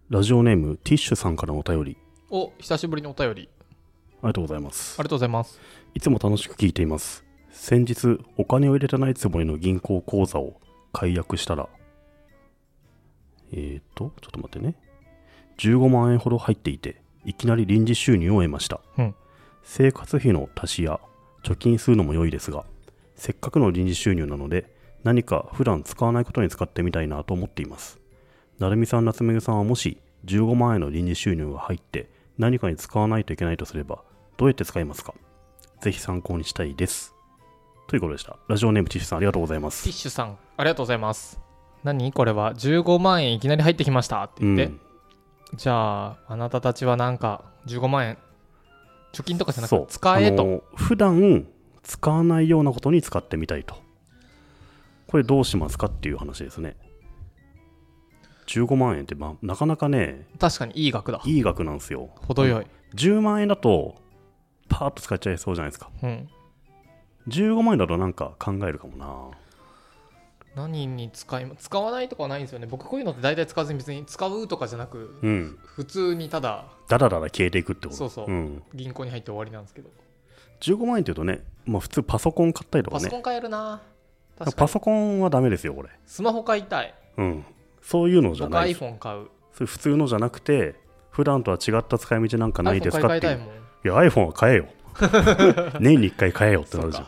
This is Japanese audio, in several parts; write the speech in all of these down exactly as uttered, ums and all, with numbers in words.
ラジオネームティッシュさんからのお便り。 お、久しぶりのお便り。 ありがとうございます。 ありがとうございます。 いつも楽しく聞いています。先日お金を入れてないつもりの銀行口座を解約したら、えーとちょっと待ってね、じゅうごまんえんほど入っていて、いきなり臨時収入を得ました、 うん、 生活費の足しや貯金するのも良いですが、せっかくの臨時収入なので何か普段使わないことに使ってみたいなと思っています。なるみさん、夏目さんはもしじゅうごまんえんの臨時収入が入って何かに使わないといけないとすればどうやって使いますか？ぜひ参考にしたいです。ということでした。ラジオネームティッシュさん、ありがとうございます。 ティッシュさん、ありがとうございます。何これはじゅうごまんえんいきなり入ってきましたって言って、うん、じゃああなたたちはなんかじゅうごまんえん貯金とかじゃなくて使えと、あの普段使わないようなことに使ってみたいと。これどうしますかっていう話ですね。じゅうごまんえんって、まあ、なかなかね、 確かにいい額だ。 いい額なんですよ。 程よい。 じゅうまんえんだとパーッと使っちゃいそうじゃないですか、うん、じゅうごまんえんだとなんか考えるかもな。 何に使い使わないとかはないんですよね。僕こういうのって大体使わずに別に使うとかじゃなく、うん、普通にただだらだら消えていくってこと。 そうそう、うん、銀行に入って終わりなんですけど、 じゅうごまんえんっていうとね、まあ、普通パソコン買ったりとかね。 パソコン買えるな。 確かにパソコンはダメですよこれ。 スマホ買いたい。 うん、そういうのじゃない。 僕 iPhone 買う。 それ普通のじゃなくて普段とは違った使い道なんかないですかっていう。 iPhone 買い替えたいもん。 いや iPhone は買えよ年にいっかい買えよってなるじゃん。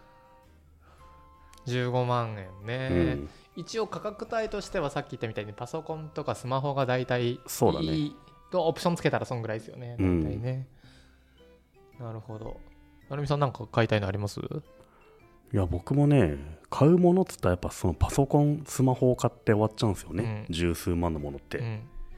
じゅうごまんえんね、うん、一応価格帯としてはさっき言ったみたいにパソコンとかスマホが大体いいそうだねとオプションつけたらそんぐらいですよね、大体ね、うん、なるほど。なるみさんなんか買いたいのあります？ いや僕もね、買うものっつったらやっぱそのパソコンスマホを買って終わっちゃうんですよね、うん、十数万のものって、うん、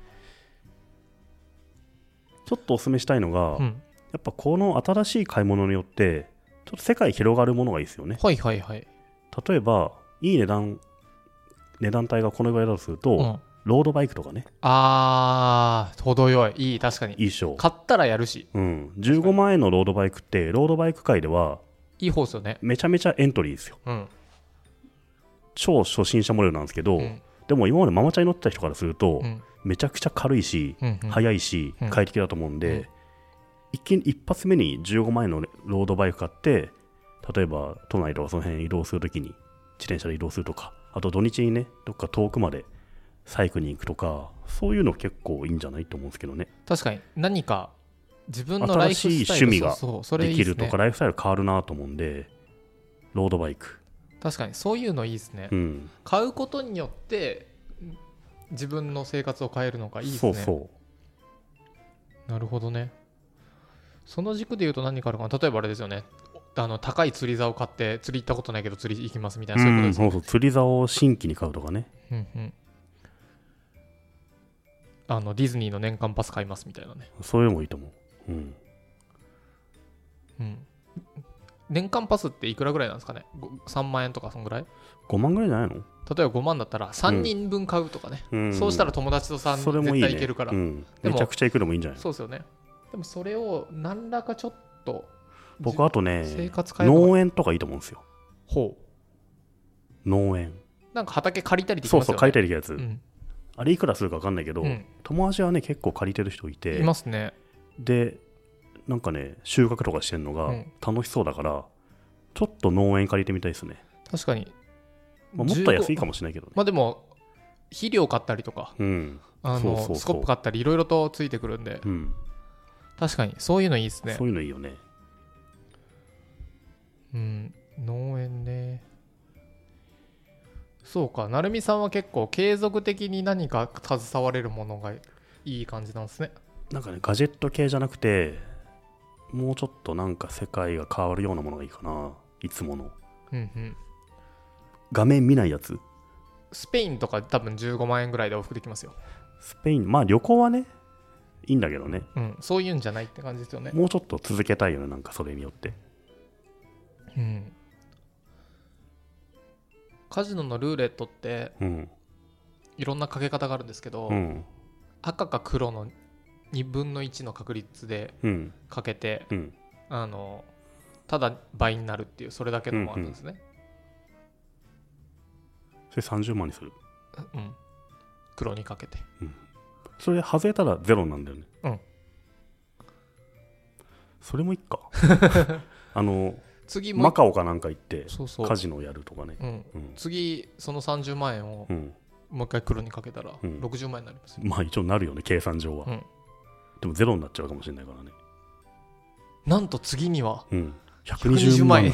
ちょっとおすすめしたいのが、うん、やっぱこの新しい買い物によってちょっと世界広がるものがいいですよね。 はいはいはい。 例えばいい値段値段帯がこのぐらいだとすると、うん、ロードバイクとかね。 あー程よい。いい。確かにいいっしょ。 買ったらやるし、 うん、じゅうごまんえんのロードバイクってロードバイク界ではいい方ですよね。 めちゃめちゃエントリーですよ、うん、超初心者モデルなんですけど、うん、でも今までママチャリ乗ってた人からすると、うん、めちゃくちゃ軽いし、うんうん、速いし、うん、快適だと思うんで、うん、一気に一発目にじゅうごまんえんのロードバイク買って、例えば都内とかその辺移動するときに自転車で移動するとか、あと土日にねどっか遠くまでサイクに行くとか、そういうの結構いいんじゃないと思うんですけどね。 確かに何か自分のライフスタイル、 新しい趣味ができるとか、ライフスタイル変わるなと思うんで、ロードバイク確かにそういうのいいですね、うん、買うことによって自分の生活を変えるのがいいですね。そうそう、なるほどね。その軸で言うと何かあるかな。例えばあれですよね、あの高い釣り竿を買って釣り行ったことないけど釣り行きますみたいな、そういうことですね、うん、そうそう、 釣り竿を新規に買うとかね、うんうん、 あのディズニーの年間パス買いますみたいなね。 そういうのもいいと思う。うんうん、年間パスっていくらぐらいなんですかね。さんまんえんとかそんぐらい、 ごまんぐらいじゃないの。 例えばごまんだったらさんにんぶん買うとかね、うん、そうしたら友達とさんにん絶対行けるから、 いいね、うん、めちゃくちゃ行くのもいいんじゃない。 そうですよね。でもそれを何らかちょっと僕あとね、生活変える農園とかいいと思うんですよ。 ほう、農園なんか畑借りたりできますよね。 そうそう、借りたりできるやつ、うん、あれいくらするか分かんないけど、うん、友達はね結構借りてる人いて、 いますね。でなんかね収穫とかしてるのが楽しそうだから、うん、ちょっと農園借りてみたいですね。 確かに、 まあ、もっと安いかもしれないけどね。 まあでも肥料買ったりとか、うん、あのそうそうそう、スコップ買ったりいろいろとついてくるんで、うん、確かにそういうのいいですね。 そういうのいいよね。 うん、農園ね。そうか、なるみさんは結構継続的に何か携われるものがいい感じなんですね。 なんかねガジェット系じゃなくて、もうちょっとなんか世界が変わるようなものがいいかな。いつもの、うんうん、画面見ないやつ。 スペインとか多分じゅうごまんえんぐらいで往復できますよ。 スペイン、まあ旅行はねいいんだけどね、 うん、そういうんじゃないって感じですよね。 もうちょっと続けたいよね、なんかそれによって、 うん、カジノのルーレットって、うん、いろんなかけ方があるんですけど、うん、赤か黒のにぶんのいちの確率でかけて、うん、あのただ倍になるっていう、それだけのもあるんですね、うんうん、 それさんじゅうまんにする、 うん、黒にかけて、うん、 それ外れたらゼロなんだよね。 うん。 それもいいかあの次もマカオかなんか行ってそうそうカジノやるとかね。 うんうん、次そのさんじゅうまん円をもう一回黒にかけたらろくじゅうまん円になりますよ、 うん、まあ一応なるよね計算上は、うん、でもゼロになっちゃうかもしれないからね。 なんと次にはひゃくにじゅうまん円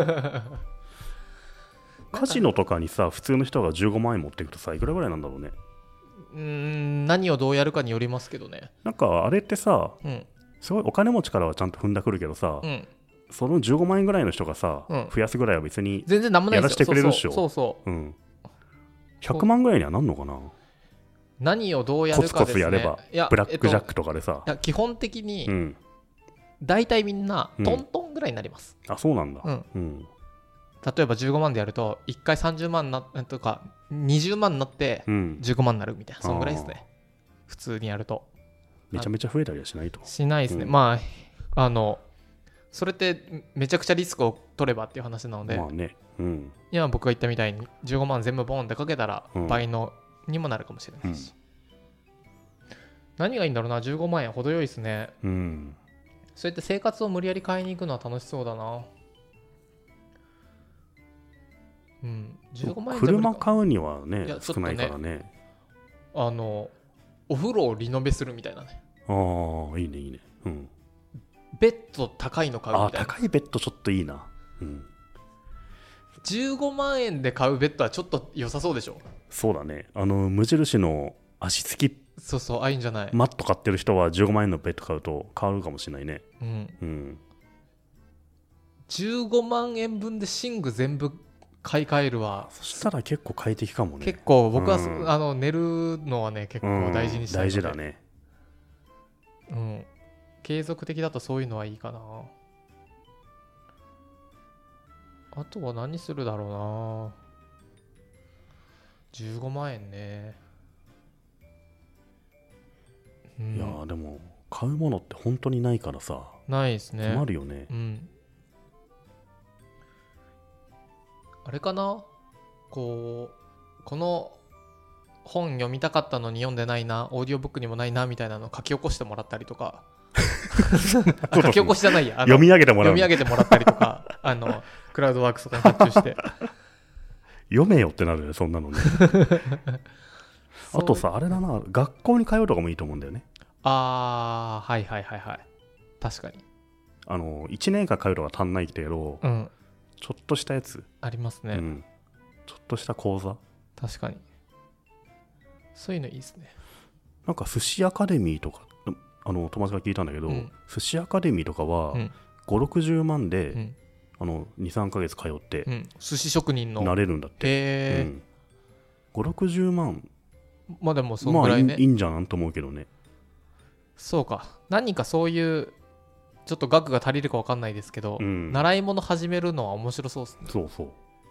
カジノとかにさ普通の人がじゅうごまん円持っていくとさいくらぐらいなんだろうね。 うーん何をどうやるかによりますけどね。 なんかあれってさ、うん、すごいお金持ちからはちゃんと踏んだくるけどさ、うん、そのじゅうごまん円ぐらいの人がさ、うん、増やすぐらいは別に全然何もないですよ。 やらせてくれるっしょ。 そうそう、うん、 ひゃくまんぐらいにはなんのかな。 何をどうやるかですね。 コツコツやればブラックジャックとかでさ、 いや基本的に、うん、大体みんなトントンぐらいになります、 うん、あそうなんだ、 うんうん、例えばじゅうごまんでやるといっかいさんじゅうまんなとかにじゅうまんになってじゅうごまんになるみたいな、うん、そんぐらいですね普通にやると。 めちゃめちゃ増えたりはしないと。 しないですね、うん、まああのそれってめちゃくちゃリスクを取ればっていう話なので、 まあねうん、 今僕が言ったみたいにじゅうごまん全部ボンってかけたら倍のにもなるかもしれないし、うん、何がいいんだろうな。じゅうごまん円程よいですね、うん、そうやって生活を無理やり買いに行くのは楽しそうだな。うん、じゅうごまん円車買うにはね少ないからね。 あのお風呂をリノベするみたいなね。 ああいいねいいね、うん、 ベッド高いの買うみたいな。 あ高いベッドちょっといいな、うん、 じゅうごまん円で買うベッドはちょっと良さそうでしょ。 そうだね。あの無印の足つきそうそうあいいんじゃない。 マット買ってる人はじゅうごまん円のベッド買うと変わるかもしれないね、うんうん、 じゅうごまん円分で寝具全部買い替えるはそしたら結構快適かもね。 結構僕は、うん、あの寝るのはね結構大事にしたいので、 うん、大事だね、 うん、継続的だとそういうのはいいかな。あとは何するだろうな。じゅうごまん円ね、 うん、いやでも買うものって本当にないからさ。 ないですね。 困るよね、うん、 あれかな、こうこの本読みたかったのに読んでないな、オーディオブックにもないなみたいなの書き起こしてもらったりとか書き起こしじゃないや、 読み上げてもらう読み上げてもらったりとかあのクラウドワークスとかに発注して読めよってなるよねそんなのねあとさあれだな、学校に通うとかもいいと思うんだよね。 あーはいはいはいはい、確かにあのいちねんかん通うとか足んないけど、うん、ちょっとしたやつありますね、うん、 ちょっとした講座。 確かにそういうのいいですね。 なんか寿司アカデミーとかあの友達が聞いたんだけど、うん、寿司アカデミーとかは、うん、ごじゅうろくじゅうまんで、うん、あの にさんかげつ通って、うん、 寿司職人のなれるんだって。へー、うん、ごじゅうろくじゅうまんまあでもそのぐらいね、 まあいいんじゃんと思うけどね。 そうか、何かそういうちょっと額が足りるか分かんないですけど、うん、習い物始めるのは面白そうですね。 そうそう。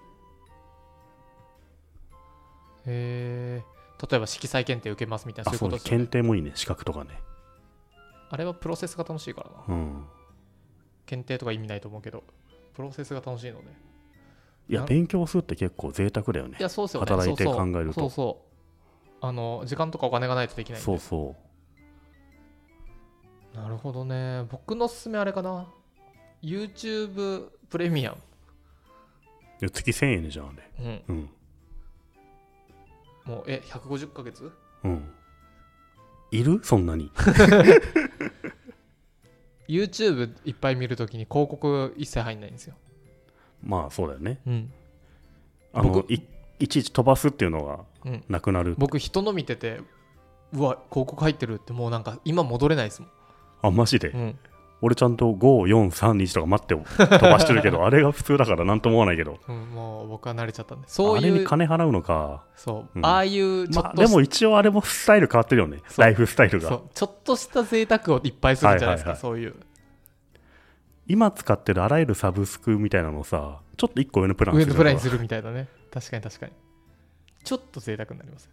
へえ。例えば色彩検定受けますみたいな、そういうことですね。 検定もいいね、資格とかね。 あれはプロセスが楽しいからな、うん、検定とか意味ないと思うけどプロセスが楽しいので。 いや勉強するって結構贅沢だよね。 いやそうですよね、 働いて考えると。 そうそうそうそう、あの時間とかお金がないとできないんで。 そうそう、 なるほどね。僕のおすすめあれかな、 YouTube プレミアム。 いや月せんえんでじゃんあれ、うん、うん、 もうえひゃくごじゅっかげつ、 うん、いるそんなに YouTube いっぱい見るときに広告一切入んないんですよ。 まあそうだよね、うん、あの い, いちいち飛ばすっていうのがなくなる、うん、 僕人の見ててうわ広告入ってるってもうなんか今戻れないですもん。 あマジで、うん、俺ちゃんとご、よん、さん、にとか待って飛ばしてるけどあれが普通だからなんとも思わないけど、 うん、もう僕は慣れちゃったんで。そういうあれに金払うのか。 そう、うん、ああいうちょっと、まあ、 でも一応あれもスタイル変わってるよね、ライフスタイルが。そうちょっとした贅沢をいっぱいするじゃないですか、はいはいはい、そういう今使ってるあらゆるサブスクみたいなのさちょっといっこ上のプランする上のプランにするみたいなね。確かに確かにちょっと贅沢になりますね。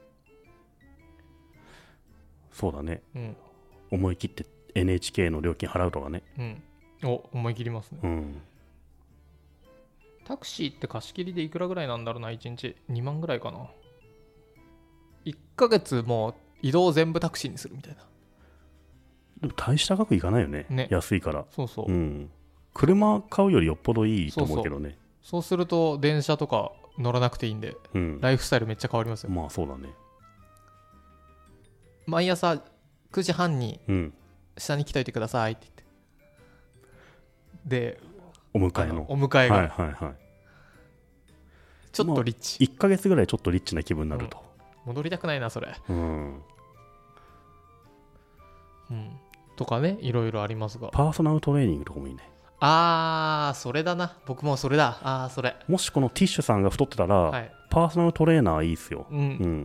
そうだね、うん、思い切って エヌエイチケー の料金払うとかね、 うん、お思い切りますね、うん、タクシーって貸し切りでいくらぐらいなんだろうな、いちにちにまんぐらいかな。いっかげつも移動を全部タクシーにするみたいな。 でも大した額いかないよね、ね、安いから。 そうそう、 うん、車買うよりよっぽどいいと思うけどね。そうそう、 そうすると電車とか乗らなくていいんで、うん、ライフスタイルめっちゃ変わりますよ。 まあそうだね。 毎朝くじはんに下に来といてくださいって言って、うん、でお迎えのお迎えが、 はいはいはい、 ちょっとリッチ、 まあ、いっかげつぐらいちょっとリッチな気分になると、 うん、戻りたくないなそれ、 うんうん、とかね、いろいろありますが、 パーソナルトレーニングとかもいいね。 あーそれだな、僕もそれだ。あーそれ、 もしこのティッシュさんが太ってたら、はい、パーソナルトレーナーいいっすよ、 うんうん、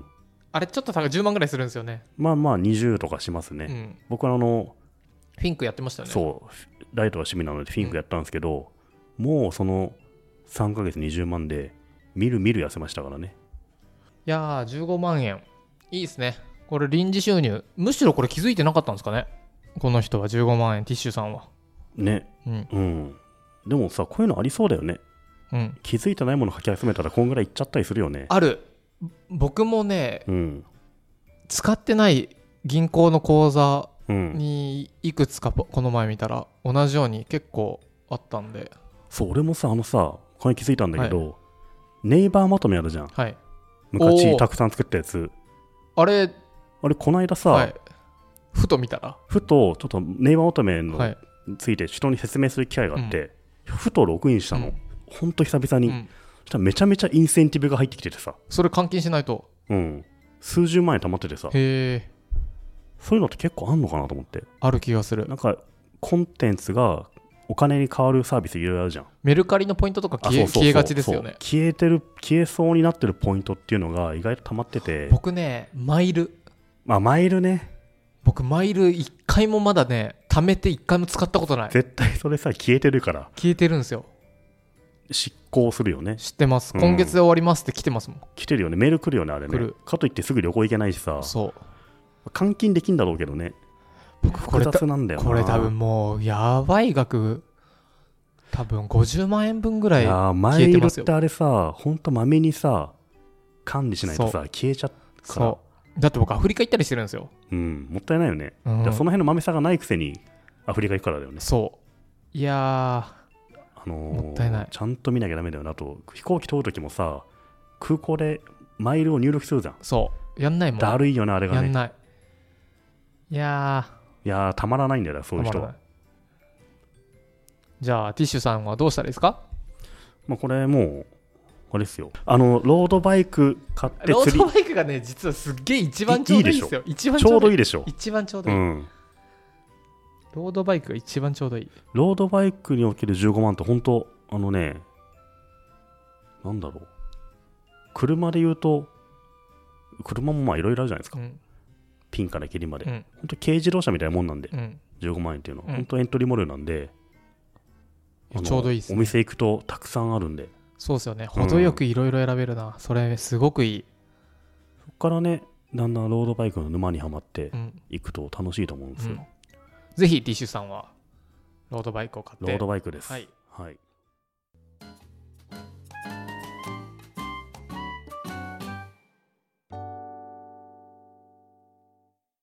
あれちょっとじゅうまんぐらいするんですよね。 まあまあにじゅうとかしますね、うん、僕はあのフィンクやってましたよね。 そうライトが趣味なのでフィンクやったんですけど、うん、もうそのさんかげつにじゅうまんでみるみる痩せましたからね。 いやーじゅうごまんえんいいですね。これ臨時収入、むしろこれ気づいてなかったんですかね、この人は。じゅうごまんえん、ティッシュさんはね、うん、うん、でもさこういうのありそうだよね、うん、気づいてないもの書き集めたらこんぐらいいっちゃったりするよね。 ある。僕もね、うん、使ってない銀行の口座にいくつかこの前見たら同じように結構あったんで。 そう俺もさあのさこれ気づいたんだけど、はい、ネイバーまとめあるじゃん、はい、昔たくさん作ったやつ。あれあれこの間さ、はい、 ふと見たらふとちょっとネイバーまとめのについて人に説明する機会があって、うん、ふとログインしたの、うん、ほんと久々に、うん、そしたらめちゃめちゃインセンティブが入ってきててさ。 それ換金しないと、 うん、数十万円貯まっててさ。へー、そういうのって結構あんのかなと思って。 ある気がする。 なんかコンテンツがお金に変わるサービスいろいろあるじゃん。 メルカリのポイントとか消 え, そうそうそう消えがちですよね。 消えてる消えそうになってるポイントっていうのが意外と溜まってて。 僕ねマイル、 まあマイルね、 僕マイルいっかいもまだね貯めていっかいも使ったことない。 絶対それさ消えてるから。 消えてるんですよ。 執行するよね。 知ってます、うん、今月で終わりますって来てますもん。 来てるよね、メール来るよねあれね。かといってすぐ旅行行けないしさ。そう換金できんだろうけどね。 僕これ複雑なんだよな。これ多分もうやばい額、多分ごじゅうまんえんぶんぐらい消えてますよ。マイルってあれさほんとまめにさ管理しないとさ消えちゃうから。 そうだって僕アフリカ行ったりしてるんですよ。 うんもったいないよね、うん、その辺のまめさがないくせにアフリカ行くからだよね。 そういやー、あのー、 もったいない。 ちゃんと見なきゃダメだよなと。飛行機通るときもさ空港でマイルを入力するじゃん。 そうやんないもん。 だるいよなあれがね。 やんない。いやーいやーたまらないんだよなそういう人は。 じゃあティッシュさんはどうしたらいいですか。 まあこれもうあれですよ、あのロードバイク買って釣り。ロードバイクがね実はすっげえ一番ちょうどいいですよ。一番ちょうどいいでしょ。一番ちょうどいい、うん、ロードバイクが一番ちょうどいい。 ロードバイクにおけるじゅうごまんって本当あのねなんだろう、車で言うと車もまあいろいろあるじゃないですか、うん、ピンからキリまで、うん、本当軽自動車みたいなもんなんで、うん、じゅうごまんえんっていうのは、うん、本当エントリーモデルなんで、 ちょうどいいですね。 お店行くとたくさんあるんで。 そうですよね、程よくいろいろ選べるな、うん、それすごくいい。 そこからねだんだんロードバイクの沼にはまっていくと楽しいと思うんですよ、うんうん、 ぜひティッシュさんはロードバイクを買って。 ロードバイクです、 はい、 はい。